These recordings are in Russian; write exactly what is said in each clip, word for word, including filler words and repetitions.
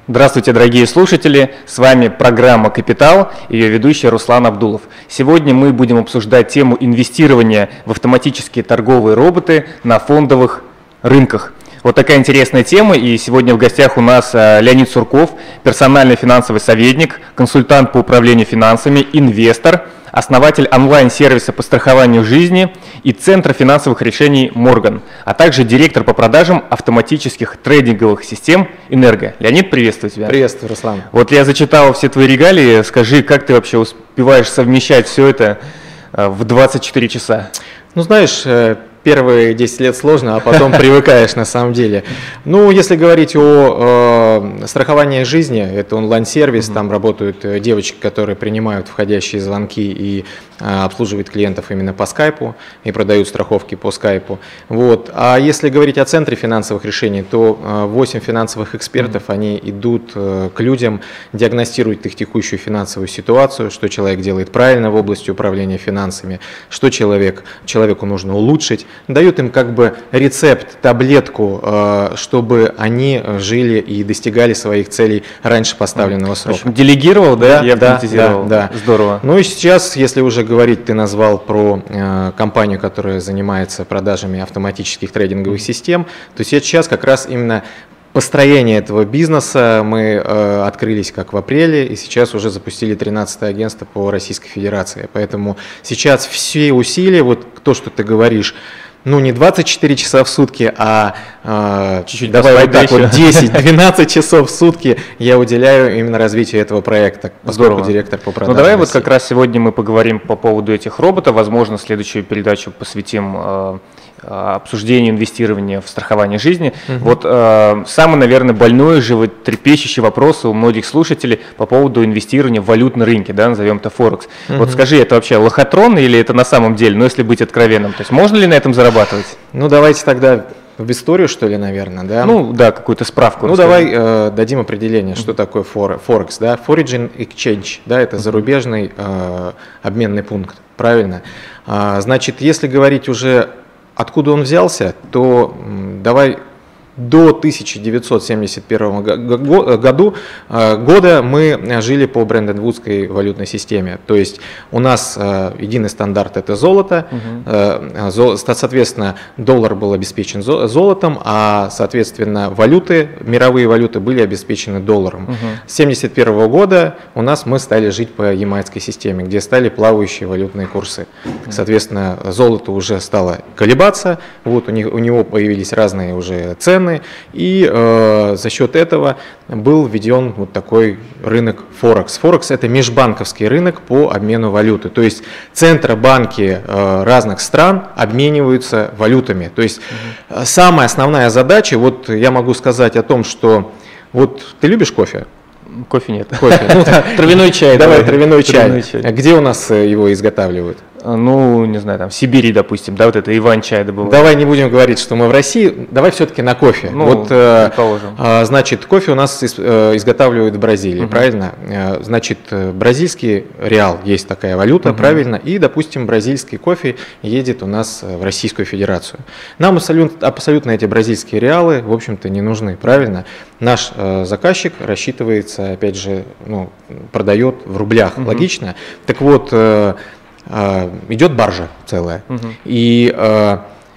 Здравствуйте, дорогие слушатели! С вами программа «Капитал» и ее ведущий Руслан Абдулов. Сегодня мы будем обсуждать тему инвестирования в автоматические торговые роботы на фондовых рынках. Вот такая интересная тема, и сегодня в гостях у нас Леонид Сурков, персональный финансовый советник, консультант по управлению финансами, инвестор, основатель онлайн-сервиса по страхованию жизни и Центра финансовых решений «Морган», а также директор по продажам автоматических трейдинговых систем «Энерго». Леонид, приветствую тебя. Приветствую, Руслан. Вот я зачитал все твои регалии. Скажи, как ты вообще успеваешь совмещать все это в двадцать четыре часа? Ну, знаешь, первые десять лет сложно, а потом привыкаешь на самом деле. Ну, если говорить о э, страховании жизни, это онлайн-сервис, mm-hmm. там работают девочки, которые принимают входящие звонки и э, обслуживают клиентов именно по скайпу и продают страховки по скайпу. Вот. А если говорить о Центре финансовых решений, то восемь финансовых экспертов, mm-hmm. они идут э, к людям, диагностируют их текущую финансовую ситуацию, что человек делает правильно в области управления финансами, что человек, человеку нужно улучшить, дают им как бы рецепт, таблетку, чтобы они жили и достигали своих целей раньше поставленного срока. В общем, делегировал, да? Да, Я да, автоматизировал. Да, да. Здорово. Ну и сейчас, если уже говорить, ты назвал про э, компанию, которая занимается продажами автоматических трейдинговых mm-hmm. систем, то сейчас как раз именно построение этого бизнеса мы э, открылись как в апреле, и сейчас уже запустили тринадцатое агентство по Российской Федерации. Поэтому сейчас все усилия, вот то, что ты говоришь, ну не двадцать четыре часа в сутки, а э, чуть-чуть давай вот так вот десять-двенадцать часов в сутки я уделяю именно развитию этого проекта, поскольку Здорово. Директор по продажам. Ну давай России. Вот как раз сегодня мы поговорим по поводу этих роботов. Возможно, следующую передачу посвятим э, обсуждению инвестирования в страхование жизни. Uh-huh. Вот э, самый, наверное, больной, животрепещущий вопрос у многих слушателей по поводу инвестирования в валютный рынке, да, назовем это Форекс. Uh-huh. Вот скажи, это вообще лохотрон или это на самом деле, ну если быть откровенным, то есть можно ли на этом зарабатывать? Ну давайте тогда в историю, что ли, наверное, да? Ну да, какую-то справку. Ну давай э, дадим определение, что uh-huh. такое Форекс, да? Foreign Exchange, да, это uh-huh. зарубежный э, обменный пункт, правильно? А, значит, если говорить уже откуда он взялся, то давай до тысяча девятьсот семьдесят первого году, года мы жили по Бреттон-Вудской валютной системе. То есть у нас единый стандарт – это золото, угу. соответственно, доллар был обеспечен золотом, а, соответственно, валюты, мировые валюты были обеспечены долларом. Угу. С семьдесят первого года у нас мы стали жить по ямайской системе, где стали плавающие валютные курсы. Соответственно, золото уже стало колебаться, вот у него, у него появились разные уже цены, и э, за счет этого был введен вот такой рынок Форекс. Форекс – это межбанковский рынок по обмену валюты. То есть центробанки э, разных стран обмениваются валютами. То есть угу. самая основная задача, вот я могу сказать о том, что вот ты любишь кофе? Кофе нет. Кофе. Ну, травяной чай. Давай, травяной чай. Где у нас его изготавливают? Ну, не знаю, там, в Сибири, допустим, да, вот это Иван-чай добывают. Давай не будем говорить, что мы в России, давай все-таки на кофе. Ну, вот, предположим. Э, значит, кофе у нас из, э, изготавливают в Бразилии, uh-huh. правильно? Э, значит, бразильский реал, есть такая валюта, uh-huh. правильно? И, допустим, бразильский кофе едет у нас в Российскую Федерацию. Нам абсолютно, абсолютно эти бразильские реалы, в общем-то, не нужны, правильно? Наш э, заказчик рассчитывается, опять же, ну, продает в рублях, uh-huh. логично? Так вот, э, идет баржа целая, угу. и э,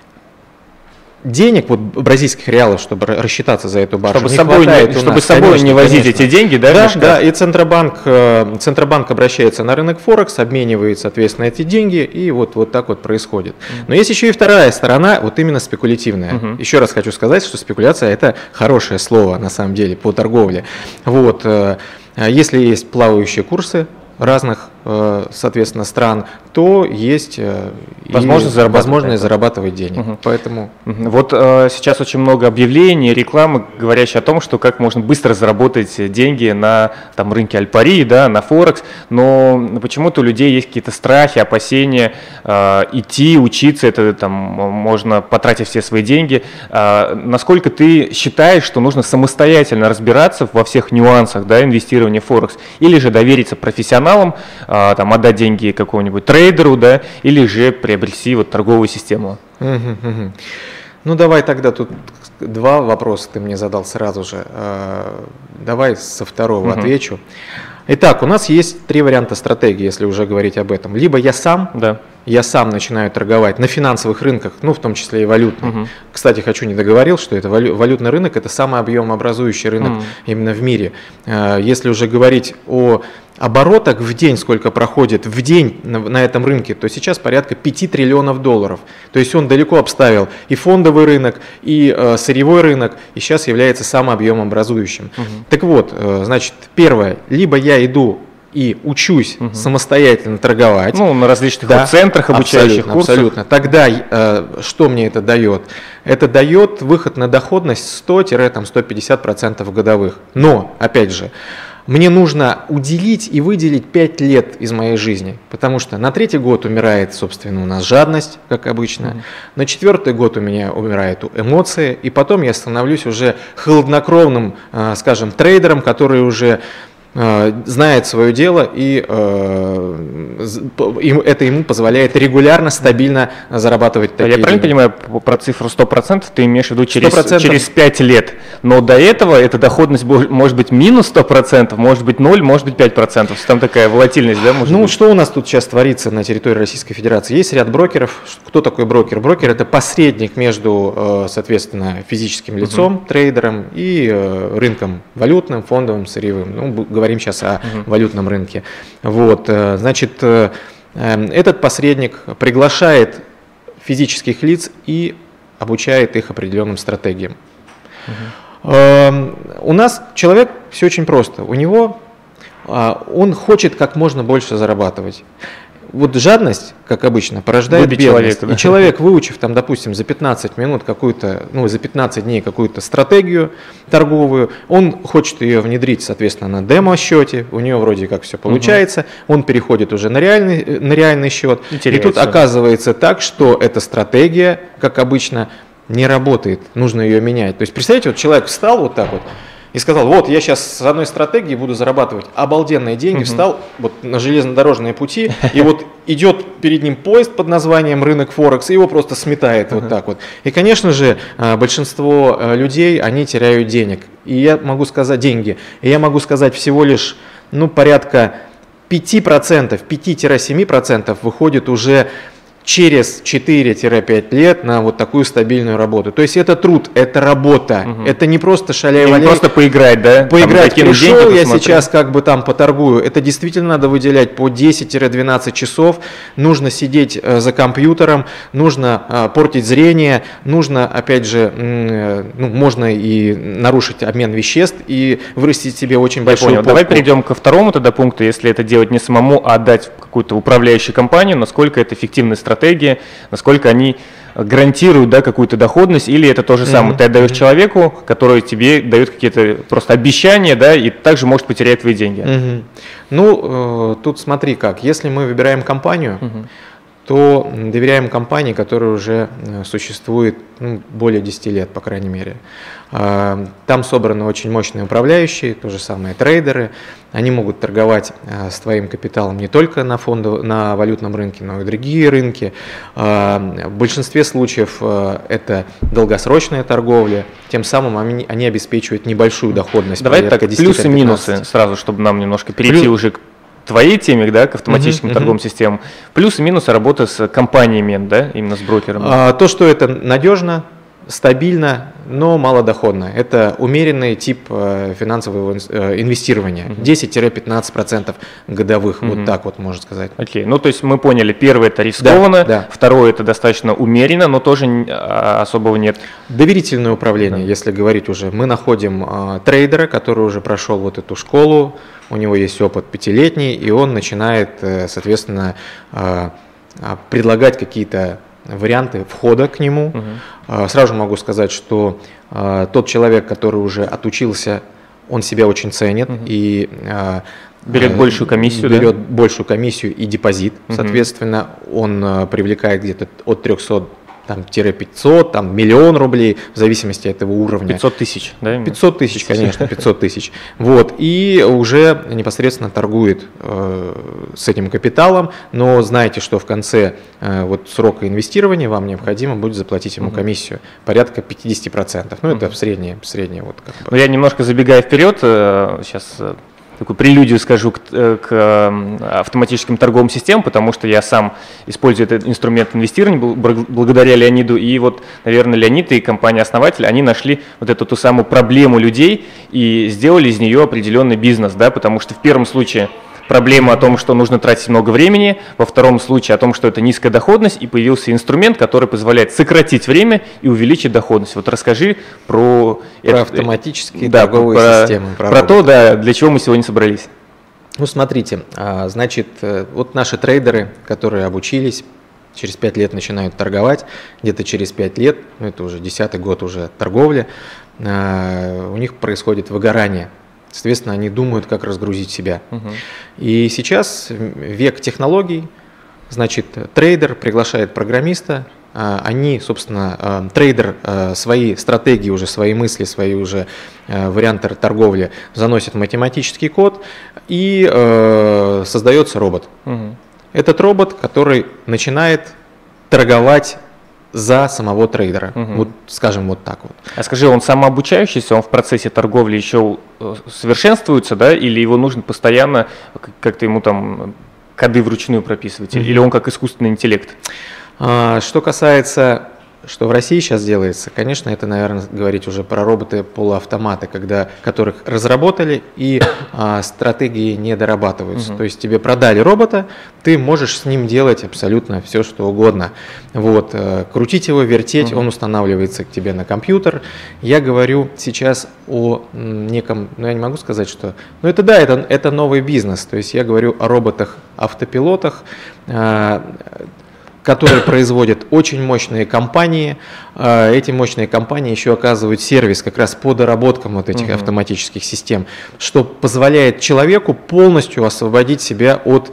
денег, вот бразильских реалов, чтобы рассчитаться за эту баржу, чтобы не собой хватает не, у чтобы нас, с собой конечно, не возить конечно. эти деньги, да? Да, да, и Центробанк, Центробанк обращается на рынок Форекс, обменивает, соответственно, эти деньги, и вот, вот так вот происходит. Но есть еще и вторая сторона, вот именно спекулятивная. Угу. Еще раз хочу сказать, что спекуляция – это хорошее слово, на самом деле, по торговле. Вот, если есть плавающие курсы разных, соответственно, стран, то есть возможность зарабатывать, возможность зарабатывать денег. Угу. Поэтому... Угу. Вот э, сейчас очень много объявлений, рекламы, говорящие о том, что как можно быстро заработать деньги на там, рынке Альпари, да, на Форекс, но почему-то у людей есть какие-то страхи, опасения э, идти, учиться, это там можно потратить все свои деньги. Э, насколько ты считаешь, что нужно самостоятельно разбираться во всех нюансах, да, инвестирования в Форекс, или же довериться профессионалам, э, там, отдать деньги какому-нибудь трейдеру, да, или же приобрести вот торговую систему? Ну, давай тогда тут два вопроса ты мне задал сразу же. Давай со второго угу. отвечу. Итак, у нас есть три варианта стратегии, если уже говорить об этом. Либо я сам, да. я сам начинаю торговать на финансовых рынках, ну, в том числе и валютных. Угу. Кстати, хочу не договорил, что это валютный рынок, это самый объемообразующий рынок угу. именно в мире. Если уже говорить о оборотах в день, сколько проходит в день на, на этом рынке, то сейчас порядка пяти триллионов долларов. То есть он далеко обставил и фондовый рынок, и э, сырьевой рынок, и сейчас является самым объемообразующим. Угу. Так вот, э, значит, первое, либо я иду и учусь угу. самостоятельно торговать. Ну, на различных да, центрах обучающих абсолютно, курсах. Абсолютно. Тогда э, что мне это дает? Это дает выход на доходность сто - сто пятьдесят процентов годовых. Но, опять же, мне нужно уделить и выделить пять лет из моей жизни, потому что на третий год умирает, собственно, у нас жадность, как обычно, mm-hmm. на четвертый год у меня умирают эмоции, и потом я становлюсь уже хладнокровным, скажем, трейдером, который уже знает свое дело, и э, это ему позволяет регулярно, стабильно зарабатывать такие Я правильно деньги. понимаю, про цифру сто процентов ты имеешь в виду через, через пять лет, но до этого эта доходность может быть минус сто процентов, может быть ноль, может быть пять процентов, там такая волатильность, да? Может ну, быть? Что у нас тут сейчас творится на территории Российской Федерации? Есть ряд брокеров. Кто такой брокер? Брокер – это посредник между, соответственно, физическим лицом, uh-huh. трейдером и рынком валютным, фондовым, сырьевым. Ну, говорим сейчас о uh-huh. валютном рынке. Вот, значит, этот посредник приглашает физических лиц и обучает их определенным стратегиям. Uh-huh. У нас человек все очень просто. У него он хочет как можно больше зарабатывать. Вот жадность, как обычно, порождает бедность. Человека, да? И человек, выучив, там, допустим, за пятнадцать минут какую-то, ну, за пятнадцать дней какую-то стратегию торговую, он хочет ее внедрить, соответственно, на демо-счете, у нее вроде как все получается, угу. он переходит уже на реальный, на реальный счет, и, и тут оказывается так, что эта стратегия, как обычно, не работает, нужно ее менять. То есть, представьте, вот человек встал вот так вот, и сказал, вот я сейчас с одной стратегией буду зарабатывать обалденные деньги, uh-huh. встал вот на железнодорожные пути, и вот идет перед ним поезд под названием рынок Форекс, и его просто сметает uh-huh. вот так вот. И, конечно же, большинство людей, они теряют денег. И я могу сказать, деньги, и я могу сказать всего лишь, ну, порядка пять процентов, пять-семь процентов выходит уже через четыре-пять лет на вот такую стабильную работу. То есть это труд, это работа, угу. это не просто шаляй-валяй. Не просто поиграть, да? Поиграть, пришел я сейчас как бы там поторгую. Это действительно надо выделять по десять-двенадцать часов. Нужно сидеть за компьютером, нужно портить зрение, нужно, опять же, ну, можно и нарушить обмен веществ и вырастить себе очень большую попку. Давай перейдем ко второму тогда пункту, если это делать не самому, а отдать в какую-то управляющую компанию, насколько это эффективная стратегия. Стратегии, насколько они гарантируют, да, какую-то доходность, или это то же самое, mm-hmm. ты отдаешь mm-hmm. человеку, который тебе дает какие-то просто обещания, да, и также может потерять твои деньги. Mm-hmm. Ну, э, тут смотри как, если мы выбираем компанию, mm-hmm. то доверяем компании, которая уже существует, ну, более десяти лет, по крайней мере. Там собраны очень мощные управляющие, то же самое трейдеры. Они могут торговать с твоим капиталом не только на, фондов, на валютном рынке, но и другие рынки. В большинстве случаев это долгосрочная торговля, тем самым они, они обеспечивают небольшую доходность. Давай так, плюсы-минусы сразу, чтобы нам немножко перейти Плюс... уже к твоей теме, да, к автоматическим uh-huh, торговым uh-huh. системам. Плюсы и минусы работы с компаниями, да, именно с брокером. А, то, что это надежно, стабильно, но малодоходно. Это умеренный тип э, финансового э, инвестирования. Uh-huh. десять-пятнадцать процентов годовых, uh-huh. вот так вот можно сказать. Окей, okay. Ну то есть мы поняли, первое это рискованно, да, да. второе это достаточно умеренно, но тоже особого нет. Доверительное управление, uh-huh. если говорить уже. Мы находим э, трейдера, который уже прошел вот эту школу, у него есть опыт пятилетний, и он начинает, э, соответственно, э, предлагать какие-то варианты входа к нему. Uh-huh. Сразу могу сказать, что э, тот человек, который уже отучился, он себя очень ценит uh-huh. и э, берет э, большую комиссию, берет да? большую комиссию и депозит, uh-huh. соответственно, он э, привлекает где-то от трехсот там, тире пятьсот, там, миллион рублей, в зависимости от этого уровня. пятьсот тысяч, да? пятьсот тысяч, конечно, пятьсот тысяч. Вот, и уже непосредственно торгует э, с этим капиталом, но знайте, что в конце э, вот, срока инвестирования вам необходимо будет заплатить ему комиссию, порядка пятьдесят процентов. Ну, это в среднее, в среднее вот как бы. Но я немножко забегая вперед, э, сейчас... такую прелюдию скажу к, к автоматическим торговым системам, потому что я сам использую этот инструмент инвестирования благодаря Леониду. И вот, наверное, Леонид и компания-основатель, они нашли вот эту ту самую проблему людей и сделали из нее определенный бизнес, да, потому что в первом случае проблема о том, что нужно тратить много времени, во втором случае о том, что это низкая доходность, и появился инструмент, который позволяет сократить время и увеличить доходность. Вот расскажи про, про это, автоматические да, торговые про, системы. Про, про то, да, для чего мы сегодня собрались. Ну, смотрите, значит, вот наши трейдеры, которые обучились, через пять лет начинают торговать, где-то через пять лет, ну, это уже десятый год уже торговли, у них происходит выгорание. Соответственно, они думают, как разгрузить себя. Угу. И сейчас век технологий, значит, трейдер приглашает программиста, они, собственно, трейдер свои стратегии, уже свои мысли, свои уже варианты торговли заносит в математический код, и создается робот. Угу. Этот робот, который начинает торговать за самого трейдера, угу. вот, скажем, вот так вот. А скажи, он самообучающийся, он в процессе торговли еще совершенствуется, да, или его нужно постоянно как-то ему там коды вручную прописывать, угу. или он как искусственный интеллект? А, что касается, что в России сейчас делается, конечно, это, наверное, говорить уже про роботы-полуавтоматы, когда, которых разработали и а, стратегии не дорабатываются. Угу. То есть тебе продали робота, ты можешь с ним делать абсолютно все, что угодно. Вот, а, крутить его, вертеть, угу. он устанавливается к тебе на компьютер. Я говорю сейчас о неком, ну я не могу сказать, что... Ну это да, это, это новый бизнес. То есть я говорю о роботах-автопилотах, а, которые производят очень мощные компании. Эти мощные компании еще оказывают сервис как раз по доработкам вот этих uh-huh. автоматических систем, что позволяет человеку полностью освободить себя от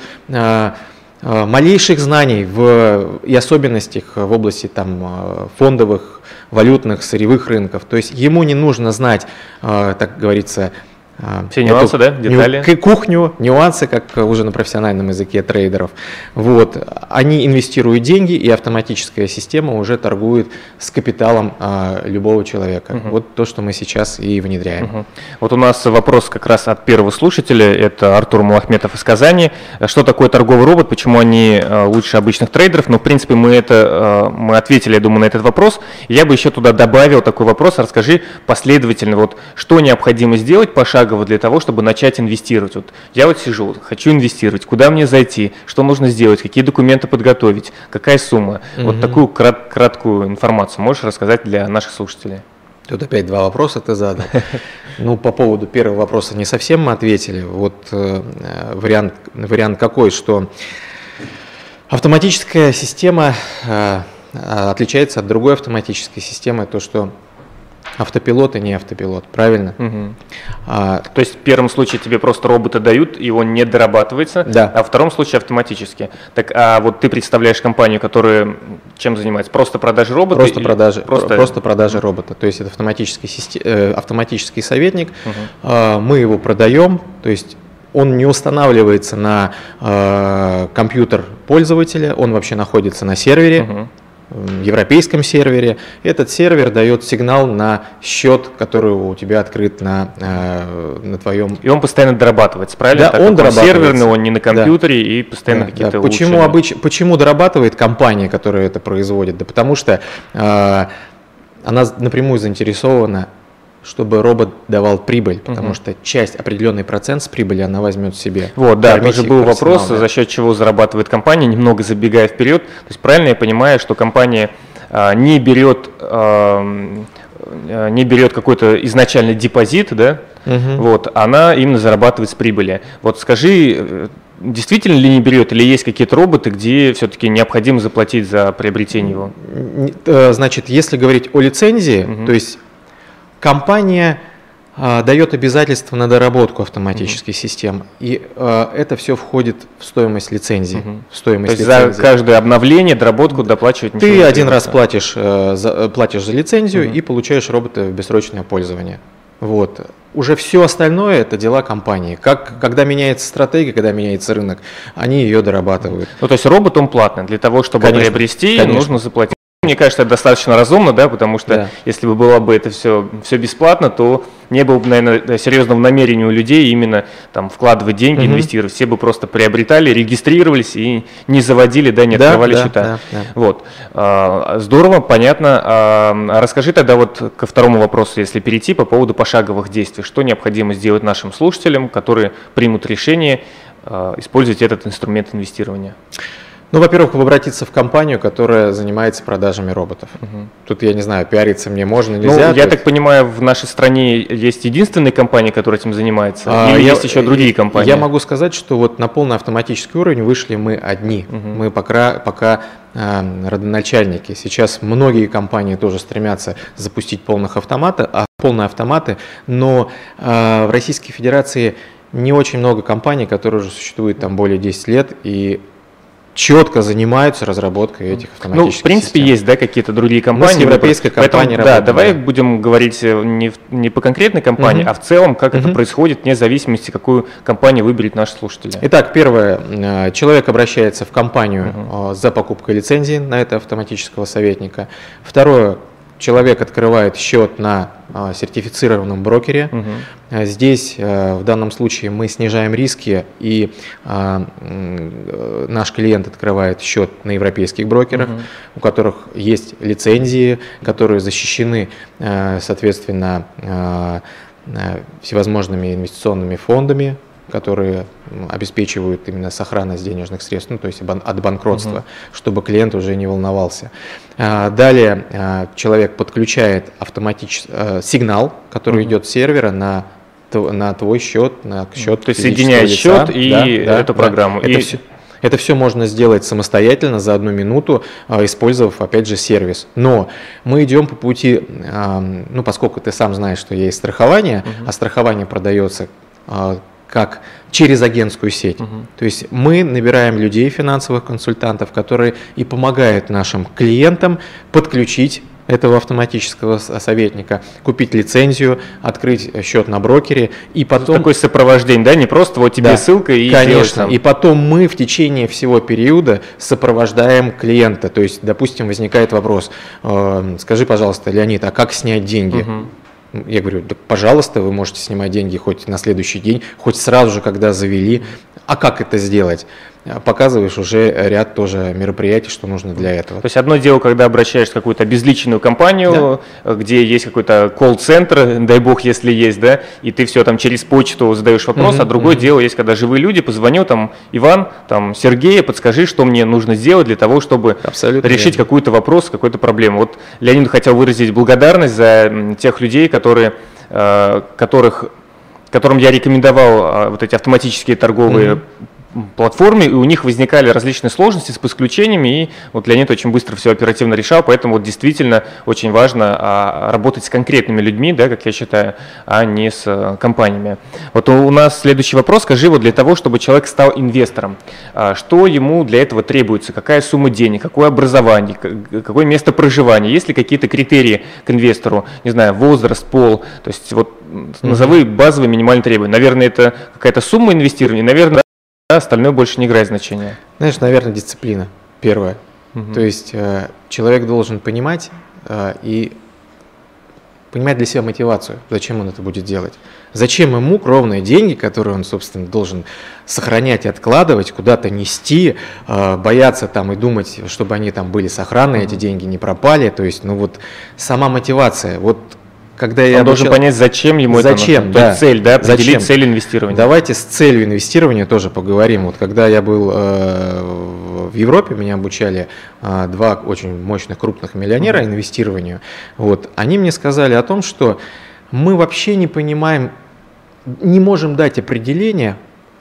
малейших знаний в, и особенностях в области там, фондовых, валютных, сырьевых рынков. То есть ему не нужно знать, так говорится, все нюансы, да, детали? Кухню, нюансы, как уже на профессиональном языке трейдеров. Вот. Они инвестируют деньги, и автоматическая система уже торгует с капиталом а, любого человека. Угу. Вот то, что мы сейчас и внедряем. Угу. Вот у нас вопрос как раз от первого слушателя, это Артур Малахметов из Казани. Что такое торговый робот, почему они а, лучше обычных трейдеров? Ну, в принципе, мы, это, а, мы ответили, я думаю, на этот вопрос. Я бы еще туда добавил такой вопрос. Расскажи последовательно, вот, что необходимо сделать пошагово для того, чтобы начать инвестировать. Вот я вот сижу, хочу инвестировать, куда мне зайти, что нужно сделать, какие документы подготовить, какая сумма. Угу. Вот такую крат, краткую информацию можешь рассказать для наших слушателей? Тут опять два вопроса ты задал. Ну, по поводу первого вопроса не совсем мы ответили. Вот э, вариант, вариант какой, что автоматическая система э, отличается от другой автоматической системы, то, что автопилот и не автопилот, правильно? Угу. А, то есть в первом случае тебе просто робота дают, и он не дорабатывается, да. а в втором случае автоматически. Так, а вот ты представляешь компанию, которая чем занимается? Просто продажей робота? Просто продажи, просто... просто продажи робота. То есть это автоматический, систем... автоматический советник. Угу. А, мы его продаем, то есть он не устанавливается на э, компьютер пользователя, он вообще находится на сервере. Угу. Европейском сервере. Этот сервер дает сигнал на счет, который у тебя открыт на, на твоем... И он постоянно дорабатывается, правильно? Да, так, он дорабатывается. Он серверный, он не на компьютере, да. и постоянно да, какие-то да. Почему, обыч... Почему дорабатывает компания, которая это производит? Да потому что э, она напрямую заинтересована, чтобы робот давал прибыль, потому угу. что часть, определенный процент с прибыли она возьмет себе. Вот, да, тоже был вопрос, да. за счет чего зарабатывает компания, немного забегая вперед. То есть правильно я понимаю, что компания а, не берет, а, не берет какой-то изначальный депозит, да, угу. вот, она именно зарабатывает с прибыли. Вот скажи, действительно ли не берет, или есть какие-то роботы, где все-таки необходимо заплатить за приобретение его? Значит, если говорить о лицензии, угу. то есть компания дает обязательство на доработку автоматических mm-hmm. систем, и э, это все входит в стоимость лицензии. Mm-hmm. в стоимость То есть лицензии. За каждое обновление, доработку доплачивать ничего Ты не один требуется. раз платишь, э, за, платишь за лицензию Mm-hmm. и получаешь робота в бессрочное пользование. Вот. Уже все остальное – это дела компании. Как, когда меняется стратегия, когда меняется рынок, они ее дорабатывают. Ну, то есть робот, он платный. Для того, чтобы Конечно, приобрести, конечно. нужно заплатить. Мне кажется, это достаточно разумно, да, потому что Да. если бы было бы это все, все бесплатно, то не было бы, наверное, серьезного намерения у людей именно там вкладывать деньги, Мгм. инвестировать. Все бы просто приобретали, регистрировались и не заводили, да, не Да, открывали да, счета. да, да. Вот. А, Здорово, понятно. А расскажи тогда вот ко второму вопросу, если перейти по поводу пошаговых действий. Что необходимо сделать нашим слушателям, которые примут решение а, использовать этот инструмент инвестирования? Ну, во-первых, обратиться в компанию, которая занимается продажами роботов. Угу. Тут, я не знаю, пиариться мне можно, Ну, нельзя. я тут... так понимаю, в нашей стране есть единственная компания, которая этим занимается, А, или я, есть еще другие компании? Я могу сказать, что вот на полный автоматический уровень вышли мы одни. Угу. Мы пока, пока э, родоначальники. Сейчас многие компании тоже стремятся запустить полных автомата, а, полные автоматы, но э, в Российской Федерации не очень много компаний, которые уже существуют там более десяти лет и четко занимаются разработкой этих автоматических Ну, в принципе, систем. есть, да, какие-то другие компании. Мы с европейской Поэтому, компанией да, работаем. давай будем говорить не, в- не по конкретной компании, Мгм. а в целом, как это Мгм. происходит, вне зависимости, какую компанию выберет наш слушатель. Итак, первое. э, Человек обращается в компанию Мгм. э, за покупкой лицензии на это автоматического советника. Второе. Человек открывает счет на э, сертифицированном брокере. Мгм. Э, Здесь э, в данном случае мы снижаем риски, и э, м, э, наш клиент открывает счет на европейских брокерах, Мгм. у которых есть лицензии, которые защищены, э, соответственно, э, э, всевозможными инвестиционными фондами, которые м, обеспечивают именно сохранность денежных средств, ну, то есть бан- от банкротства, Мгм. чтобы клиент уже не волновался. А, Далее а, человек подключает автоматически сигнал, который Мгм. идет с сервера на тв- на твой счет, на счет То есть физического соединяет лица. счет и Да, да, эту да. программу. Это И- все, это все можно сделать самостоятельно за одну минуту, а, использовав, опять же, сервис. Но мы идем по пути, а, ну, поскольку ты сам знаешь, что есть страхование, Мгм. а страхование продается а, как через агентскую сеть. Мгм. То есть мы набираем людей, финансовых консультантов, которые и помогают нашим клиентам подключить этого автоматического с- советника, купить лицензию, открыть счет на брокере и потом... Такое сопровождение, да, не просто вот тебе Да, ссылка и делай конечно. сам. И потом мы в течение всего периода сопровождаем клиента. То есть, допустим, возникает вопрос: э, скажи, пожалуйста, Леонид, а как снять деньги? Мгм. Я говорю: да, пожалуйста, вы можете снимать деньги хоть на следующий день, хоть сразу же, когда завели. А как это сделать? Показываешь уже ряд тоже мероприятий, что нужно для этого. То есть одно дело, когда обращаешься в какую-то обезличенную компанию, где есть какой-то колл-центр, дай бог, если есть, да, и ты все там через почту задаешь вопрос, Мгм, а другое мгм. дело есть, когда живые люди, позвоню там: Иван, там Сергей, подскажи, что мне нужно сделать для того, чтобы Абсолютно решить верно. какой-то вопрос, какую-то проблему. Вот Леонид хотел выразить благодарность за м, тех людей, которые, э, которых, которым я рекомендовал э, вот эти автоматические торговые Мгм. платформе, и у них возникали различные сложности с подключениями, и вот Леонид очень быстро все оперативно решал, поэтому вот действительно очень важно а, работать с конкретными людьми, да, как я считаю, а не с а, компаниями. Вот у, у нас следующий вопрос. Скажи, вот для того, чтобы человек стал инвестором, а, что ему для этого требуется, какая сумма денег, какое образование, к- какое место проживания, есть ли какие-то критерии к инвестору, не знаю, возраст, пол, то есть вот назови базовые минимальные требования. Наверное, это какая-то сумма инвестирования, наверное, а остальное больше не играет значения. Знаешь, наверное, дисциплина первое. Мгм. То есть э, человек должен понимать э, и понимать для себя мотивацию, зачем он это будет делать. Зачем ему кровные деньги, которые он, собственно, должен сохранять и откладывать, куда-то нести, э, бояться там и думать, чтобы они там были сохранны, эти деньги не пропали. То есть, ну вот сама мотивация. Вот когда я Он должен обучал- понять, зачем ему Зачем, это нужно. То да. есть цель, да, определить Зачем? цель инвестирования. Давайте с целью инвестирования тоже поговорим. Вот когда я был э, в Европе, меня обучали э, два очень мощных крупных миллионера Мгм. инвестированию. Вот, они мне сказали о том, что мы вообще не понимаем, не можем дать определение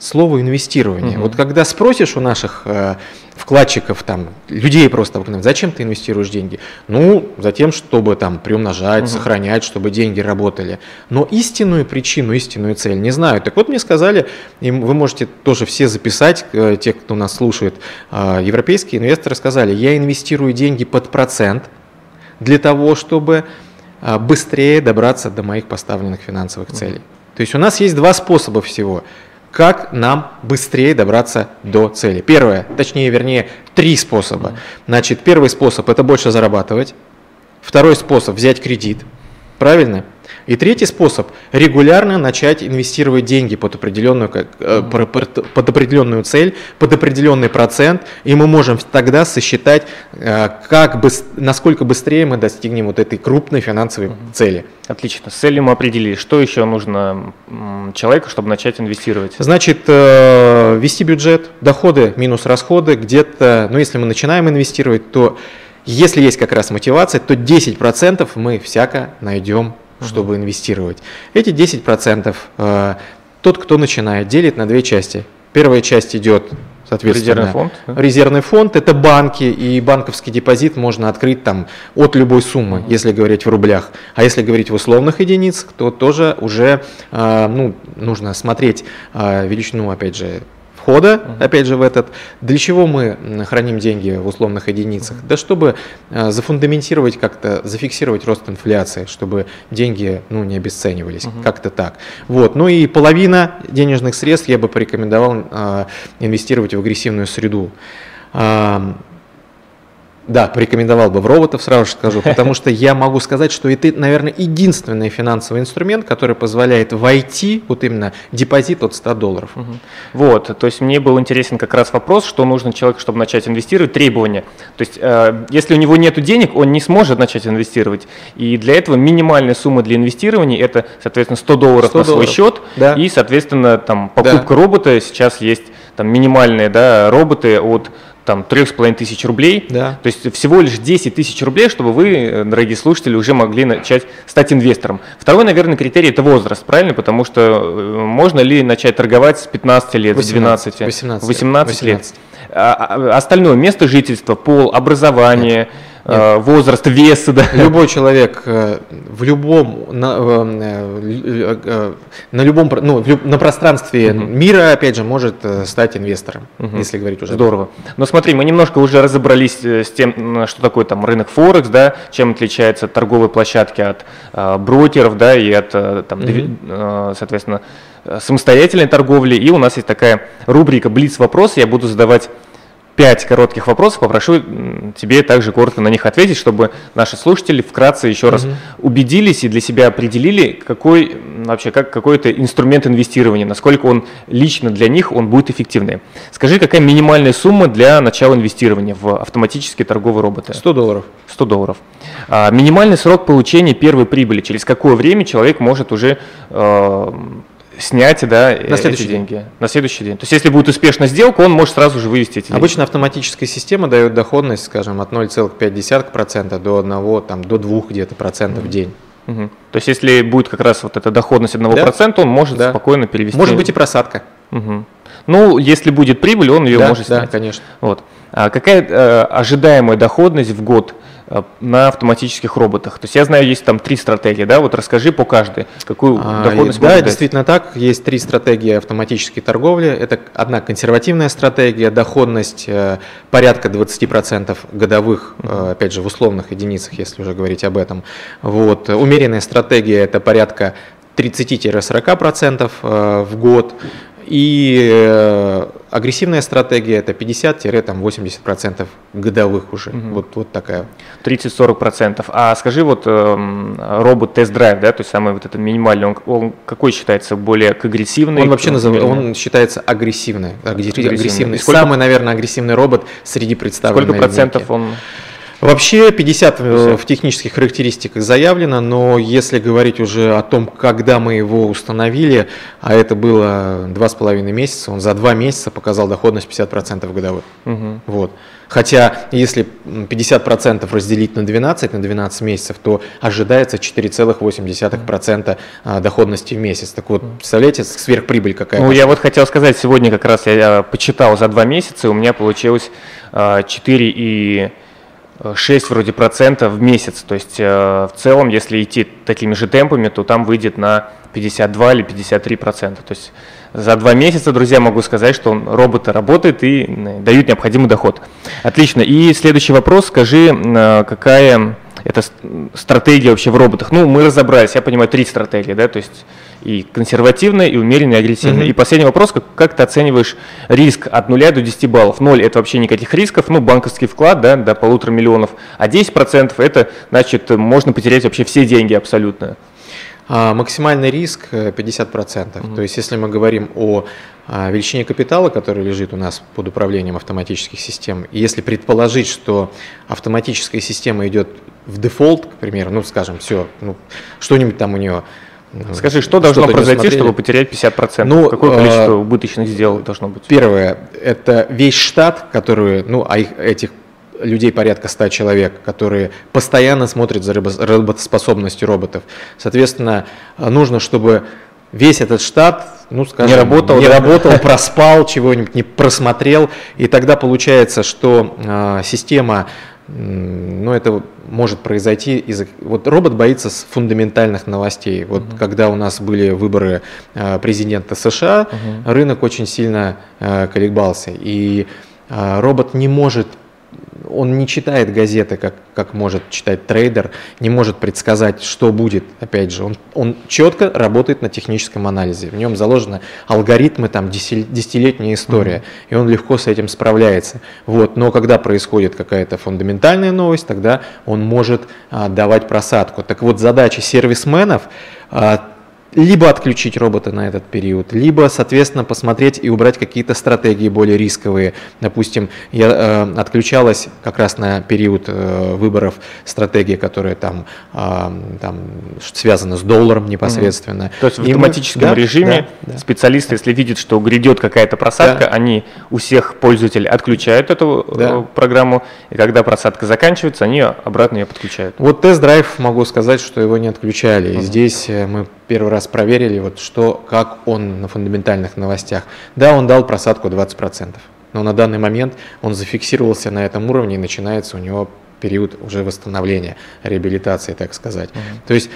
слову инвестирование. Угу. Вот когда спросишь у наших э, вкладчиков, там, людей просто обыкновенных, зачем ты инвестируешь деньги? Ну, за тем, чтобы там приумножать, угу. сохранять, чтобы деньги работали. Но истинную причину, истинную цель не знаю. Так вот мне сказали, и вы можете тоже все записать, э, те, кто нас слушает, э, европейские инвесторы сказали, я инвестирую деньги под процент для того, чтобы э, быстрее добраться до моих поставленных финансовых угу. целей. То есть у нас есть два способа всего, как нам быстрее добраться до цели. Первое, точнее, вернее, три способа. Значит, первый способ – это больше зарабатывать. Второй способ – взять кредит. Правильно? И третий способ – регулярно начать инвестировать деньги под определенную, под определенную цель, под определенный процент, и мы можем тогда сосчитать, как, насколько быстрее мы достигнем вот этой крупной финансовой угу. цели. Отлично. С целью мы определили. Что еще нужно человеку, чтобы начать инвестировать? Значит, вести бюджет, доходы минус расходы, где-то, ну если мы начинаем инвестировать, то если есть как раз мотивация, то десять процентов мы всяко найдем, чтобы инвестировать. Эти десять процентов э, тот, кто начинает, делит на две части. Первая часть идет, соответственно, резервный фонд. Резервный фонд – это банки, и банковский депозит можно открыть там от любой суммы, uh-huh. если говорить в рублях. А если говорить в условных единицах, то тоже уже э, ну, нужно смотреть э, величину, опять же, входа, uh-huh. опять же, в этот. Для чего мы храним деньги в условных единицах? Uh-huh. Да чтобы э, зафундаментировать как-то, зафиксировать рост инфляции, чтобы деньги ну, не обесценивались, uh-huh. как-то так. Вот. Ну и половина денежных средств я бы порекомендовал э, инвестировать в агрессивную среду. Э, Да, порекомендовал бы в роботов, сразу же скажу, потому что я могу сказать, что это, наверное, единственный финансовый инструмент, который позволяет войти, вот именно депозит от ста долларов. Угу. Вот, то есть мне был интересен как раз вопрос, что нужно человеку, чтобы начать инвестировать, требования. То есть э, если у него нет денег, он не сможет начать инвестировать. И для этого минимальная сумма для инвестирования – это, соответственно, сто долларов сто на свой долларов. Счет, да. И, соответственно, там, покупка да. робота, сейчас есть там, минимальные да, роботы от там трех с половиной тысяч рублей, да. то есть всего лишь десять тысяч рублей, чтобы вы, дорогие слушатели, уже могли начать стать инвестором. Второй, наверное, критерий – это возраст, правильно? Потому что можно ли начать торговать с пятнадцати лет, с двенадцати, восемнадцати, восемнадцати лет? А остальное – место жительства, пол, образование, Нет. Нет. возраст, вес. Да. Любой человек в любом, на, на любом, ну, на пространстве угу. мира, опять же, может стать инвестором, угу. если говорить уже. Здорово. Но смотри, мы немножко уже разобрались с тем, что такое там рынок Форекс, да, чем отличается торговые площадки от а, брокеров, да, и от, там, угу. соответственно, самостоятельной торговли. И у нас есть такая рубрика «Блиц-вопросы». Я буду задавать пять коротких вопросов, попрошу тебе также коротко на них ответить, чтобы наши слушатели вкратце еще раз угу. убедились и для себя определили, какой вообще как какой-то инструмент инвестирования, насколько он лично для них он будет эффективный. Скажи, какая минимальная сумма для начала инвестирования в автоматические торговые роботы? сто долларов. сто долларов. А, минимальный срок получения первой прибыли, через какое время человек может уже э, снять да, на эти деньги день. На следующий день. То есть, если будет успешна сделка, он может сразу же вывести эти деньги. Обычно автоматическая система дает доходность, скажем, от ноль целых пять десятых процента до одного, там, до двух где-то процентов mm-hmm. в день. Mm-hmm. То есть, если будет как раз вот эта доходность одного процента, да? он может да. спокойно перевести. Может быть и просадка. Mm-hmm. Ну, если будет прибыль, он ее да, может снять. Да, конечно. Вот. А какая э, ожидаемая доходность в год на автоматических роботах? То есть я знаю, есть там три стратегии, да, вот расскажи по каждой, какую а, доходность да, можно дать. Действительно так, есть три стратегии автоматической торговли. Это одна консервативная стратегия, доходность э, порядка двадцати процентов годовых, э, опять же в условных единицах, если уже говорить об этом. Вот. Умеренная стратегия – это порядка тридцати-сорока процентов э, в год. И э, агрессивная стратегия – это пятьдесят-восемьдесят процентов годовых уже. Угу. Вот, вот такая. тридцать-сорок процентов. А скажи, вот э, робот тест-драйв, да, то есть самый вот этот минимальный, он, он какой считается более агрессивный? Он вообще называется, он считается агрессивный. агрессивный. агрессивный. Сколько, самый, наверное, агрессивный робот среди представленных. Сколько процентов он? Вообще пятьдесят в технических характеристиках заявлено, но если говорить уже о том, когда мы его установили, а это было два с половиной месяца, он за два месяца показал доходность пятьдесят процентов годовых. Угу. Вот. Хотя если пятьдесят процентов разделить на двенадцать, на двенадцать месяцев, то ожидается четыре целых восемь десятых процента доходности в месяц. Так вот, представляете, сверхприбыль какая? Ну, я вот хотел сказать, сегодня как раз я почитал за два месяца, у меня получилось четыре и шесть вроде процентов в месяц. То есть в целом, если идти такими же темпами, то там выйдет на пятьдесят два или пятьдесят три процента. То есть за два месяца, друзья, могу сказать, что роботы работают и дают необходимый доход. Отлично. И следующий вопрос. Скажи, какая это стратегия вообще в роботах? Ну, мы разобрались, я понимаю, три стратегии, да, то есть и консервативная, и умеренная, и агрессивная. Mm-hmm. И последний вопрос, как, как ты оцениваешь риск от нуля до десяти баллов? Ноль – это вообще никаких рисков, ну, банковский вклад, да, до полутора миллионов, а десять процентов – это, значит, можно потерять вообще все деньги абсолютно. А, максимальный риск пятьдесят процентов. Mm-hmm. То есть, если мы говорим о а, величине капитала, который лежит у нас под управлением автоматических систем, и если предположить, что автоматическая система идет в дефолт, к примеру, ну, скажем, все, ну, что-нибудь там у нее… Скажи, что должно произойти, чтобы потерять пятьдесят процентов? Ну, какое количество убыточных сделок должно быть? Первое, это весь штат, который, ну, а их, этих людей порядка ста человек, которые постоянно смотрят за работоспособностью роботов. Соответственно, нужно, чтобы весь этот штат, ну, скажем, не работал, не да? работал проспал, чего-нибудь не просмотрел, и тогда получается, что э, система, ну, это может произойти из-за… Вот робот боится фундаментальных новостей. Вот uh-huh. когда у нас были выборы э, президента США, uh-huh. рынок очень сильно э, колебался, и э, робот не может… Он не читает газеты, как, как может читать трейдер, не может предсказать, что будет. Опять же, он, он четко работает на техническом анализе. В нем заложены алгоритмы, там, десятилетняя история, mm-hmm. и он легко с этим справляется. Вот. Но когда происходит какая-то фундаментальная новость, тогда он может а, давать просадку. Так вот, задача сервисменов а, либо отключить робота на этот период, либо, соответственно, посмотреть и убрать какие-то стратегии более рисковые. Допустим, я э, отключалась как раз на период э, выборов стратегии, которая там, э, там связана с долларом непосредственно. Mm-hmm. То есть в автоматическом мы, режиме да, да, специалисты, да. если видят, что грядет какая-то просадка, да. они у всех пользователей отключают эту да. программу, и когда просадка заканчивается, они обратно ее подключают. Вот тест-драйв, могу сказать, что его не отключали. Mm-hmm. И здесь мы первый раз проверили, вот что, как он на фундаментальных новостях. Да, он дал просадку двадцать процентов, но на данный момент он зафиксировался на этом уровне, и начинается у него период уже восстановления, реабилитации, так сказать. Mm-hmm. То есть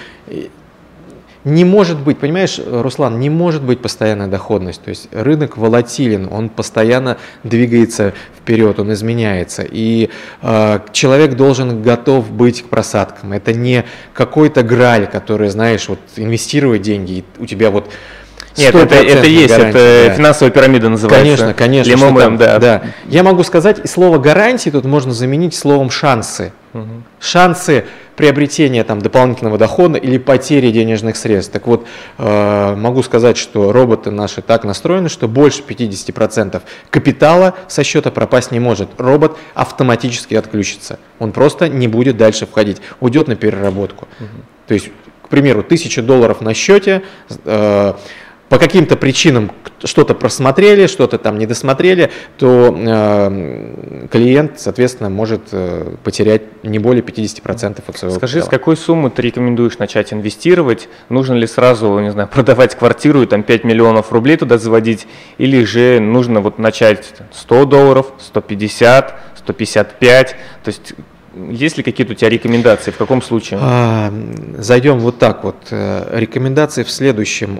не может быть, понимаешь, Руслан, не может быть постоянная доходность. То есть рынок волатилен, он постоянно двигается вперед, он изменяется. И э, человек должен готов быть к просадкам. Это не какой-то граль, который, знаешь, вот инвестирует деньги, и у тебя вот… Нет, это, это есть, гарантия, это да. финансовая пирамида называется. Конечно, конечно. Лемомом, да. да. Я могу сказать, и слово гарантии тут можно заменить словом шансы. Угу. Шансы приобретения там, дополнительного дохода или потери денежных средств. Так вот, э, могу сказать, что роботы наши так настроены, что больше пятьдесят процентов капитала со счета пропасть не может. Робот автоматически отключится. Он просто не будет дальше входить, уйдет на переработку. Угу. То есть, к примеру, тысяча долларов на счете, э, по каким-то причинам что-то просмотрели, что-то там не досмотрели, то э, клиент, соответственно, может э, потерять не более пятьдесят процентов от своего Скажи, капитала. С какой суммы ты рекомендуешь начать инвестировать? Нужно ли сразу, не знаю, продавать квартиру и там пять миллионов рублей туда заводить? Или же нужно вот начать сто долларов, сто пятьдесят, сто пятьдесят пять? То есть… Есть ли какие-то у тебя рекомендации? В каком случае? А, зайдем вот так вот. Рекомендации в следующем.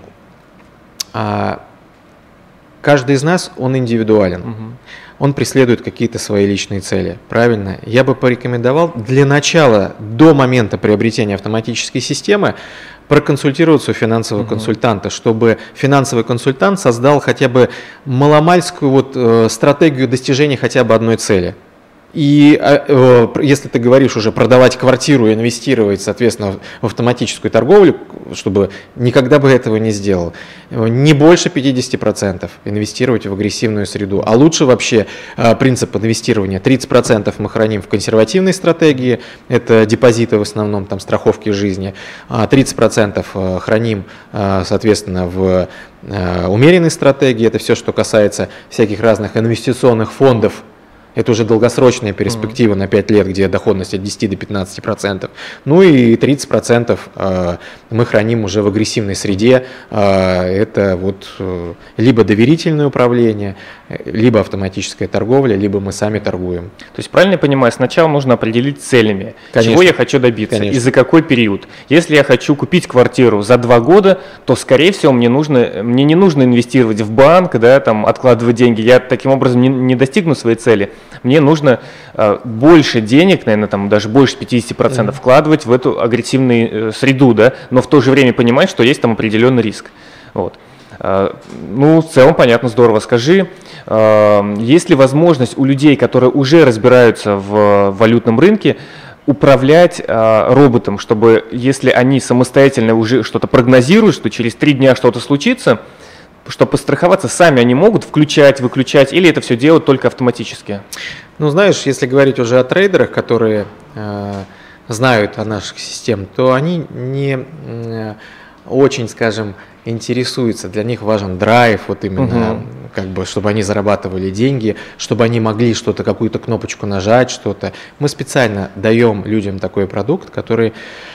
А, каждый из нас, он индивидуален. Угу. Он преследует какие-то свои личные цели. Правильно? Я бы порекомендовал для начала, до момента приобретения автоматической системы, проконсультироваться у финансового угу. консультанта, чтобы финансовый консультант создал хотя бы маломальскую вот, э, стратегию достижения хотя бы одной цели. И э, если ты говоришь уже продавать квартиру и инвестировать, соответственно, в автоматическую торговлю, чтобы никогда бы этого не сделал, не больше пятидесяти процентов инвестировать в агрессивную среду. А лучше вообще э, принцип инвестирования: тридцать процентов мы храним в консервативной стратегии, это депозиты в основном, там страховки жизни, а тридцать процентов храним, э, соответственно, в э, умеренной стратегии, это все, что касается всяких разных инвестиционных фондов. Это уже долгосрочная перспектива mm-hmm. на пять лет, где доходность от десяти до пятнадцати процентов. Ну и тридцать процентов мы храним уже в агрессивной среде. Это вот либо доверительное управление, либо автоматическая торговля, либо мы сами торгуем. То есть, правильно я понимаю, сначала нужно определить целями, Конечно. Чего я хочу добиться Конечно. И за какой период. Если я хочу купить квартиру за два года, то, скорее всего, мне, нужно, мне не нужно инвестировать в банк, да, там, откладывать деньги. Я таким образом не, не достигну своей цели. Мне нужно э, больше денег, наверное, там, даже больше пятидесяти процентов mm-hmm. вкладывать в эту агрессивную э, среду, да, но в то же время понимать, что есть там определенный риск. Вот. Э, ну, в целом, понятно, здорово. Скажи, э, есть ли возможность у людей, которые уже разбираются в валютном рынке, управлять э, роботом, чтобы, если они самостоятельно уже что-то прогнозируют, что через три дня что-то случится, чтобы постраховаться, сами они могут включать, выключать, или это все делают только автоматически? Ну, знаешь, если говорить уже о трейдерах, которые э, знают о наших системах, то они не э, очень, скажем, интересуются. Для них важен драйв, вот именно, угу. как бы, чтобы они зарабатывали деньги, чтобы они могли что-то, какую-то кнопочку нажать, что-то. Мы специально даем людям такой продукт, который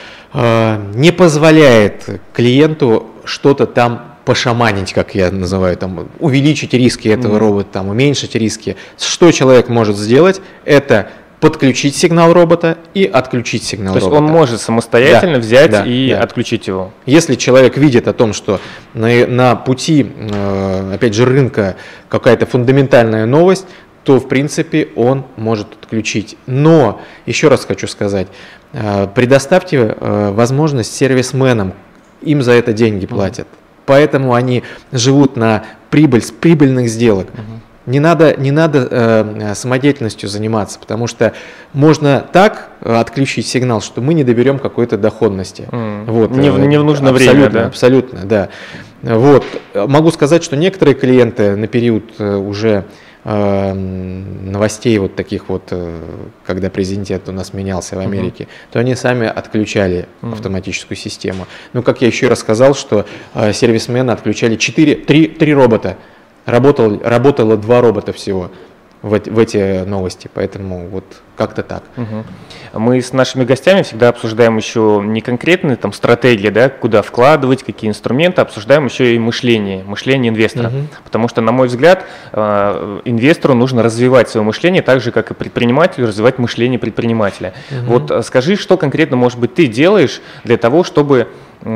э, не позволяет клиенту что-то там пошаманить, как я называю, там, увеличить риски этого mm-hmm. робота, там, уменьшить риски. Что человек может сделать? Это подключить сигнал робота и отключить сигнал робота. То есть он может самостоятельно да, взять да, и да. отключить его? Если человек видит о том, что на, на пути, опять же, рынка какая-то фундаментальная новость, то, в принципе, он может отключить. Но, еще раз хочу сказать, предоставьте возможность сервисменам, им за это деньги платят. Mm-hmm. Поэтому они живут на прибыль с прибыльных сделок. Угу. Не надо, не надо э, самодеятельностью заниматься, потому что можно так отключить сигнал, что мы не доберем какой-то доходности. Mm. Вот, не, в, не в нужное абсолютно, время, да? Абсолютно, да. Вот. Могу сказать, что некоторые клиенты на период уже э, новостей вот таких вот, э, когда президент у нас менялся в Америке, uh-huh. то они сами отключали uh-huh. автоматическую систему. Ну, как я еще раз сказал, что э, сервисмены отключали четыре, три, три робота. Работал, работало два робота всего в, в эти новости, поэтому вот как-то так. Угу. Мы с нашими гостями всегда обсуждаем еще не конкретные там стратегии, да, куда вкладывать, какие инструменты, обсуждаем еще и мышление, мышление инвестора. Угу. Потому что, на мой взгляд, инвестору нужно развивать свое мышление так же, как и предпринимателю развивать мышление предпринимателя. Угу. Вот скажи, что конкретно, может быть, ты делаешь для того, чтобы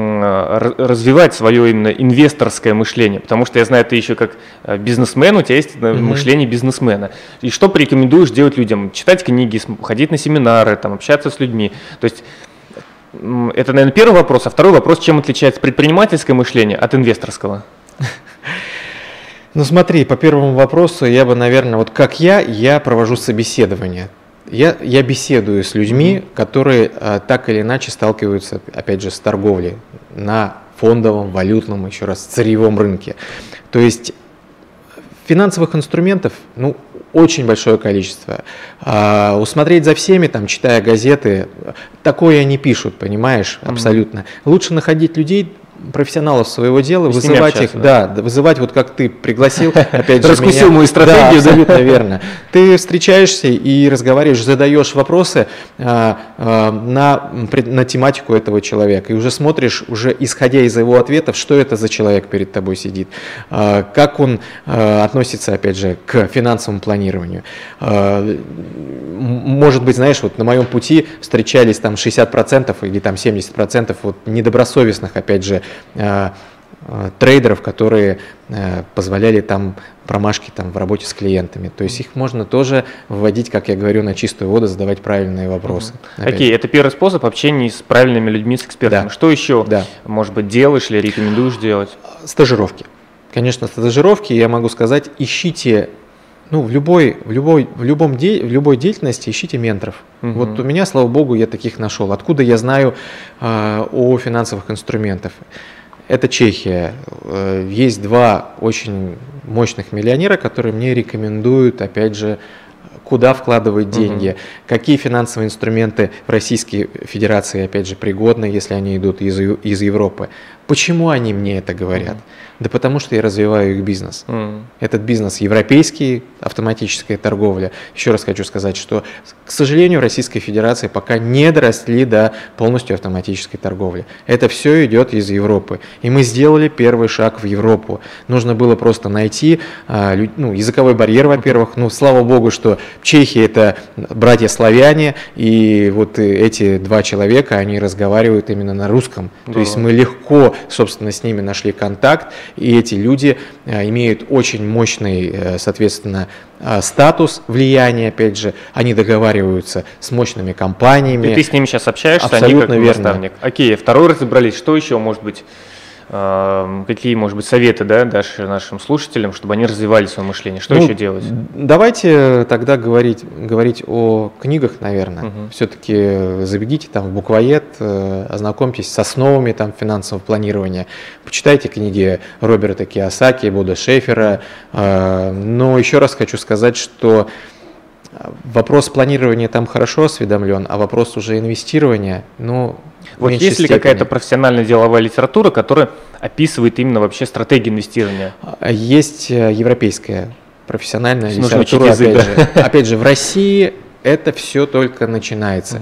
развивать свое именно инвесторское мышление, потому что я знаю, ты еще как бизнесмен, у тебя есть mm-hmm. мышление бизнесмена. И что порекомендуешь делать людям? Читать книги, ходить на семинары, там, общаться с людьми. То есть это, наверное, первый вопрос. А второй вопрос, чем отличается предпринимательское мышление от инвесторского? Ну смотри, по первому вопросу я бы, наверное, вот как я, я провожу собеседование. Я, я беседую с людьми, mm-hmm. которые а, так или иначе сталкиваются, опять же, с торговлей на фондовом, валютном, еще раз, сырьевом рынке. То есть финансовых инструментов, ну, очень большое количество. А, усмотреть за всеми, там, читая газеты, такое они пишут, понимаешь, mm-hmm. абсолютно. Лучше находить людей, профессионалов своего дела, вызывать их, да, да, вызывать, вот как ты пригласил, опять же, раскусил мою стратегию, да, абсолютно верно. Ты встречаешься и разговариваешь, задаешь вопросы а, а, на, на тематику этого человека, и уже смотришь, уже исходя из его ответов, что это за человек перед тобой сидит, а, как он а, относится, опять же, к финансовому планированию. А, может быть, знаешь, вот на моем пути встречались там шестьдесят процентов или там семьдесят процентов вот недобросовестных, опять же, трейдеров, которые позволяли там промашки там в работе с клиентами. То есть их можно тоже вводить, как я говорю, на чистую воду, задавать правильные вопросы. Окей, okay, это первый способ общения с правильными людьми, с экспертами. Да. Что еще, да. может быть, делаешь или рекомендуешь делать? Стажировки. Конечно, стажировки, я могу сказать, ищите Ну, в любой, в любой, в любом де, в любой деятельности ищите менторов. Угу. Вот у меня, слава богу, я таких нашел. Откуда я знаю э, о финансовых инструментах? Это Чехия. Э, есть два очень мощных миллионера, которые мне рекомендуют, опять же, куда вкладывать деньги, угу. какие финансовые инструменты в Российской Федерации, опять же, пригодны, если они идут из, из Европы. Почему они мне это говорят? Угу. Да потому что я развиваю их бизнес. Mm. Этот бизнес европейский, автоматическая торговля. Еще раз хочу сказать, что, к сожалению, в Российской Федерации пока не доросли до полностью автоматической торговли. Это все идет из Европы. И мы сделали первый шаг в Европу. Нужно было просто найти ну, языковой барьер, во-первых. Ну, слава богу, что Чехия – это братья-славяне, и вот эти два человека, они разговаривают именно на русском. Да. То есть мы легко, собственно, с ними нашли контакт. И эти люди имеют очень мощный, соответственно, статус, влияние, опять же, они договариваются с мощными компаниями. И ты с ними сейчас общаешься, абсолютно они как верно. Наставник. Окей, второй разобрались, что еще может быть? Какие, может быть, советы, да, дашь нашим слушателям, чтобы они развивали свое мышление? Что ну, еще делать? Давайте тогда говорить, говорить о книгах, наверное. Угу. Все-таки забегите там в буквоед, ознакомьтесь с основами там, финансового планирования, почитайте книги Роберта Кийосаки, Бодо Шефера. Но еще раз хочу сказать, что вопрос планирования там хорошо осведомлен, а вопрос уже инвестирования, ну, вот есть ли какая-то профессиональная деловая литература, которая описывает именно вообще стратегию инвестирования? Есть европейская профессиональная литература, язык, опять, да? же. опять же, в России это все только начинается. Угу.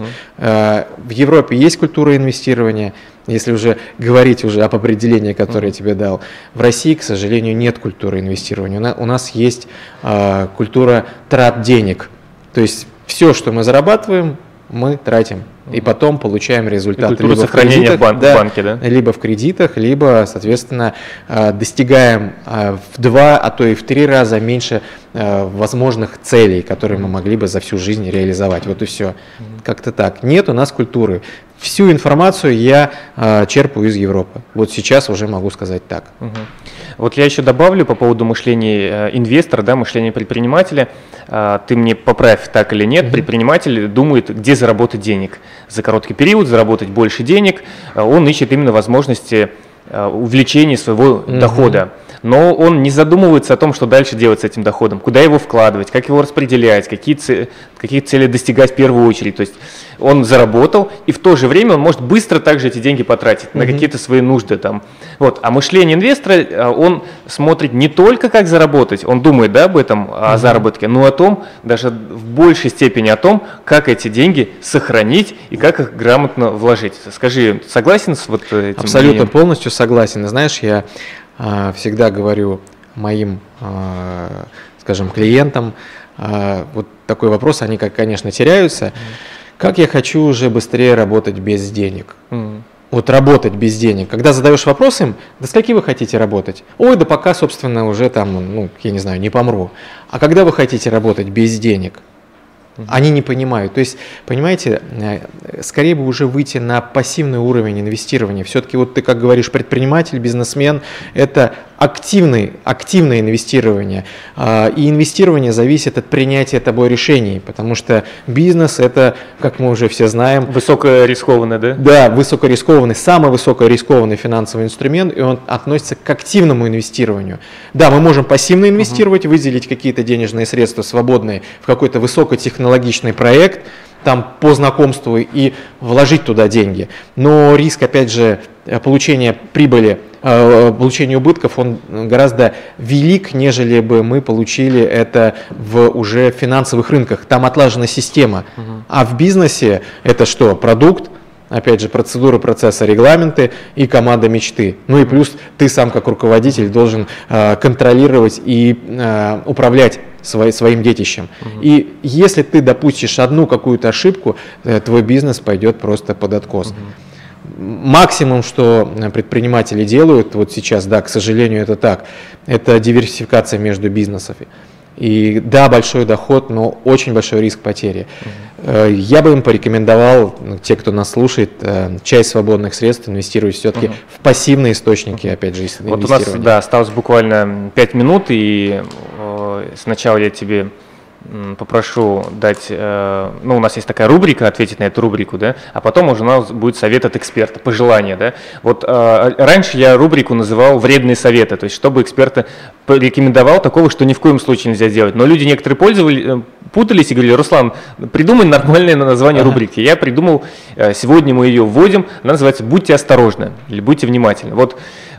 В Европе есть культура инвестирования, если уже говорить уже об определении, которое угу. я тебе дал. В России, к сожалению, нет культуры инвестирования. У нас есть культура трат денег. То есть все, что мы зарабатываем, мы тратим. И потом получаем результаты либо в, кредитах, бан- да, в банке, да? либо в кредитах, либо, соответственно, достигаем в два, а то и в три раза меньше возможных целей, которые мы могли бы за всю жизнь реализовать. Вот и все. Как-то так. Нет у нас культуры. Всю информацию я черпаю из Европы. Вот сейчас уже могу сказать так. Угу. Вот я еще добавлю по поводу мышления инвестора, да, мышления предпринимателя. Ты мне поправь, так или нет. Mm-hmm. Предприниматель думает, где заработать денег. За короткий период заработать больше денег. Он ищет именно возможности увеличения своего mm-hmm. дохода. Но он не задумывается о том, что дальше делать с этим доходом, куда его вкладывать, как его распределять, какие, цели, какие цели достигать в первую очередь. То есть он заработал, и в то же время он может быстро также эти деньги потратить mm-hmm. на какие-то свои нужды. Там. Вот. А мышление инвестора, он смотрит не только как заработать, он думает, да, об этом, о mm-hmm. заработке, но о том, даже в большей степени о том, как эти деньги сохранить и как их грамотно вложить. Скажи, согласен с вот этим? Абсолютно мнением? Полностью согласен. Знаешь, я всегда говорю моим, скажем, клиентам, вот такой вопрос, они, как, конечно, теряются. Mm. Как я хочу уже быстрее работать без денег? Mm. Вот работать без денег. Когда задаешь вопрос им, да с каким вы хотите работать? Ой, да пока, собственно, уже там, ну, я не знаю, не помру. А когда вы хотите работать без денег? Они не понимают. То есть, понимаете, скорее бы уже выйти на пассивный уровень инвестирования. Все-таки вот ты, как говоришь, предприниматель, бизнесмен, это активный, активное инвестирование. И инвестирование зависит от принятия тобой решений, потому что бизнес – это, как мы уже все знаем… Высокорискованный, да? Да, высокорискованный, самый высокорискованный финансовый инструмент, и он относится к активному инвестированию. Да, мы можем пассивно инвестировать, uh-huh. выделить какие-то денежные средства свободные в какой-то высокотехнологичный проект, там по знакомству и вложить туда деньги. Но риск, опять же, получения прибыли, получения убытков, он гораздо велик, нежели бы мы получили это в уже финансовых рынках. Там отлажена система. Угу. А в бизнесе это что? Продукт, опять же, процедуры, процессы, регламенты и команда мечты. Ну и плюс ты сам как руководитель должен контролировать и управлять своим детищем. Угу. И если ты допустишь одну какую-то ошибку, твой бизнес пойдет просто под откос. Угу. Максимум, что предприниматели делают, вот сейчас, да, к сожалению, это так, это диверсификация между бизнесами. И да, большой доход, но очень большой риск потери. Uh-huh. Я бы им порекомендовал, те, кто нас слушает, часть свободных средств инвестировать все-таки uh-huh. в пассивные источники, uh-huh. опять же, если вот у нас, да, осталось буквально пять минут, и сначала я тебе попрошу дать, ну, у нас есть такая рубрика, ответить на эту рубрику, да, а потом уже у нас будет совет от эксперта, пожелания, да. Вот раньше я рубрику называл «Вредные советы», то есть чтобы эксперт порекомендовал такого, что ни в коем случае нельзя делать. Но люди некоторые пользовались, путались и говорили: Руслан, придумай нормальное название ага. рубрики. Я придумал, сегодня мы ее вводим, она называется «Будьте осторожны» или «Будьте внимательны». Вот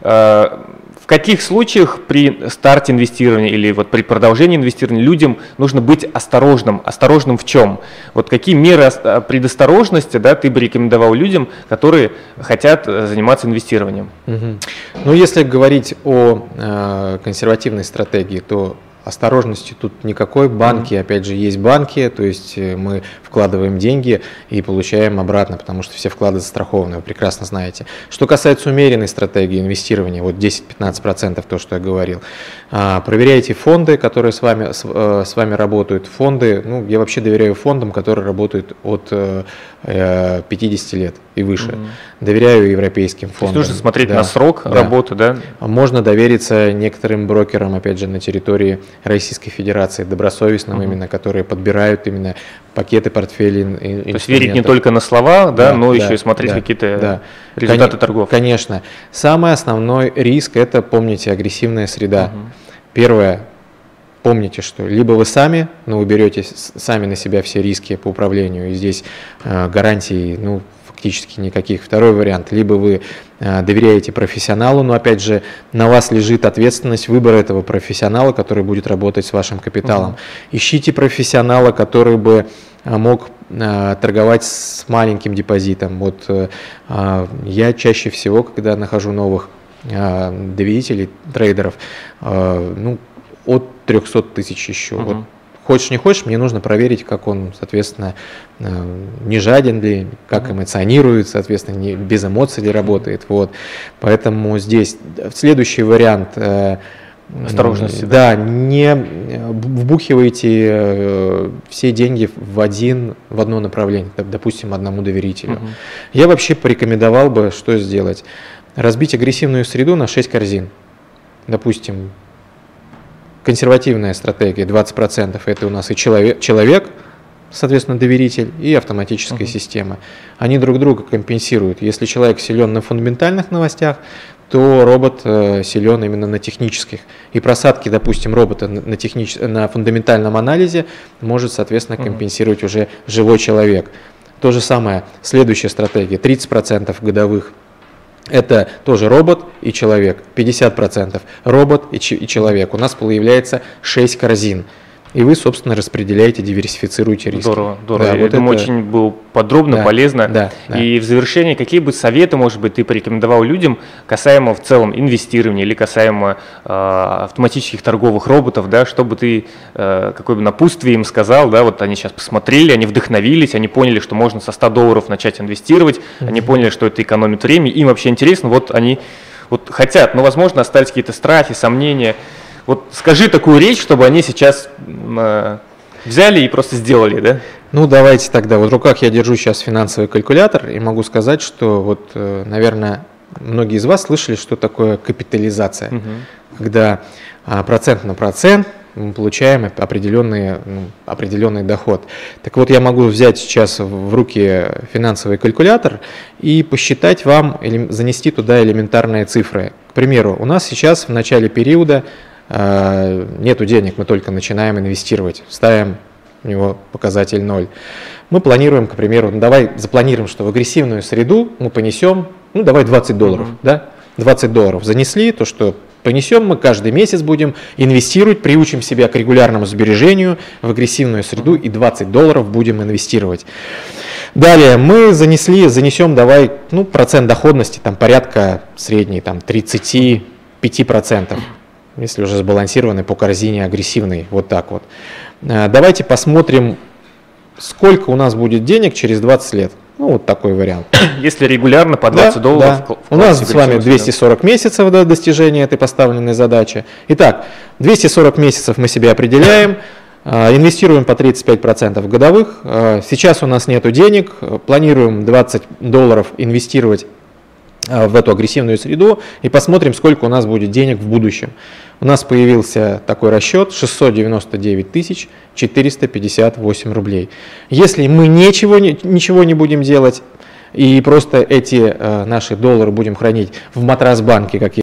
в каких случаях при старте инвестирования или вот при продолжении инвестирования людям нужно быть осторожным? Осторожным в чем? Вот какие меры предосторожности, да, ты бы рекомендовал людям, которые хотят заниматься инвестированием? Угу. Ну, если говорить о э, консервативной стратегии, то осторожности тут никакой. Банки, mm-hmm. опять же, есть банки, то есть мы вкладываем деньги и получаем обратно, потому что все вклады застрахованы, вы прекрасно знаете. Что касается умеренной стратегии инвестирования, вот десять-пятнадцать процентов, то, что я говорил, проверяйте фонды, которые с вами, с, с вами работают. Фонды, ну, я вообще доверяю фондам, которые работают от пятидесяти лет и выше. Mm-hmm. Доверяю европейским фондам. То есть нужно смотреть да. на срок да. работы, да? Можно довериться некоторым брокерам, опять же, на территории Российской Федерации, добросовестным mm-hmm. именно, которые подбирают именно пакеты портфелей. То есть верить не только на слова, да, да но да, еще и смотреть да, какие-то да. результаты Кон- торгов. Конечно. Самый основной риск – это, помните, агрессивная среда. Mm-hmm. Первое. Помните, что либо вы сами, но вы берете сами на себя все риски по управлению, и здесь э, гарантий, ну, фактически никаких. Второй вариант, либо вы э, доверяете профессионалу, но опять же на вас лежит ответственность выбора этого профессионала, который будет работать с вашим капиталом. Uh-huh. Ищите профессионала, который бы э, мог э, торговать с маленьким депозитом. Вот э, э, я чаще всего, когда нахожу новых э, доверителей, трейдеров, э, ну, от трехсот тысяч еще. Uh-huh. Вот, хочешь не хочешь, мне нужно проверить, как он, соответственно, не жаден ли, как uh-huh. эмоционирует, соответственно, не, без эмоций ли работает. Вот. Поэтому здесь следующий вариант. Осторожности. Да, да, не вбухивайте все деньги в один, в одно направление, допустим, одному доверителю. Uh-huh. Я вообще порекомендовал бы, что сделать. Разбить агрессивную среду на шесть корзин. Допустим, консервативная стратегия двадцать процентов это у нас и человек, человек, соответственно, доверитель, и автоматическая uh-huh. система. Они друг друга компенсируют. Если человек силен на фундаментальных новостях, то робот э, силен именно на технических. И просадки, допустим, робота на, на, технич... на фундаментальном анализе может, соответственно, компенсировать uh-huh. уже живой человек. То же самое, следующая стратегия, тридцать процентов годовых. Это тоже робот и человек, пятьдесят процентов робот и, ч- и человек. У нас появляется шесть корзин. И вы, собственно, распределяете, диверсифицируете риски. Здорово, здорово. Да, Я вот думаю, это... очень было подробно, да, полезно. Да, да. И в завершение, какие бы советы, может быть, ты порекомендовал людям касаемо в целом инвестирования или касаемо э, автоматических торговых роботов, да, чтобы ты, э, какое бы напутствие им сказал, да, вот они сейчас посмотрели, они вдохновились, они поняли, что можно со ста долларов начать инвестировать, mm-hmm. они поняли, что это экономит время, им вообще интересно, вот они вот хотят, но, возможно, остались какие-то страхи, сомнения. Вот скажи такую речь, чтобы они сейчас э, взяли и просто сделали, да? Ну, давайте тогда. Вот в руках я держу сейчас финансовый калькулятор и могу сказать, что вот, э, наверное, многие из вас слышали, что такое капитализация. Угу. Когда э, процент на процент мы получаем определенный, ну, определенный доход. Так вот, я могу взять сейчас в руки финансовый калькулятор и посчитать вам, или занести туда элементарные цифры. К примеру, у нас сейчас в начале периода нету денег, мы только начинаем инвестировать, ставим у него показатель ноль. Мы планируем, к примеру, ну, давай запланируем, что в агрессивную среду мы понесем, ну давай двадцать долларов, mm-hmm. да, двадцать долларов занесли, то что понесем мы каждый месяц будем инвестировать, приучим себя к регулярному сбережению в агрессивную среду mm-hmm. и двадцать долларов будем инвестировать. Далее мы занесли, занесем, давай, ну процент доходности там порядка средний, там тридцать пять процентов. Если уже сбалансированы по корзине агрессивной, вот так вот. Давайте посмотрим, сколько у нас будет денег через двадцать лет. Ну, вот такой вариант. Если регулярно по двадцать да, долларов. Да. У нас с вами двести сорок да. месяцев до достижения этой поставленной задачи. Итак, двести сорок месяцев мы себе определяем, инвестируем по тридцать пять процентов годовых. Сейчас у нас нет денег, планируем двадцать долларов инвестировать в эту агрессивную среду и посмотрим, сколько у нас будет денег в будущем. У нас появился такой расчет шестьсот девяносто девять тысяч четыреста пятьдесят восемь рублей. Если мы ничего, ничего не будем делать и просто эти э, наши доллары будем хранить в матрас-банке, как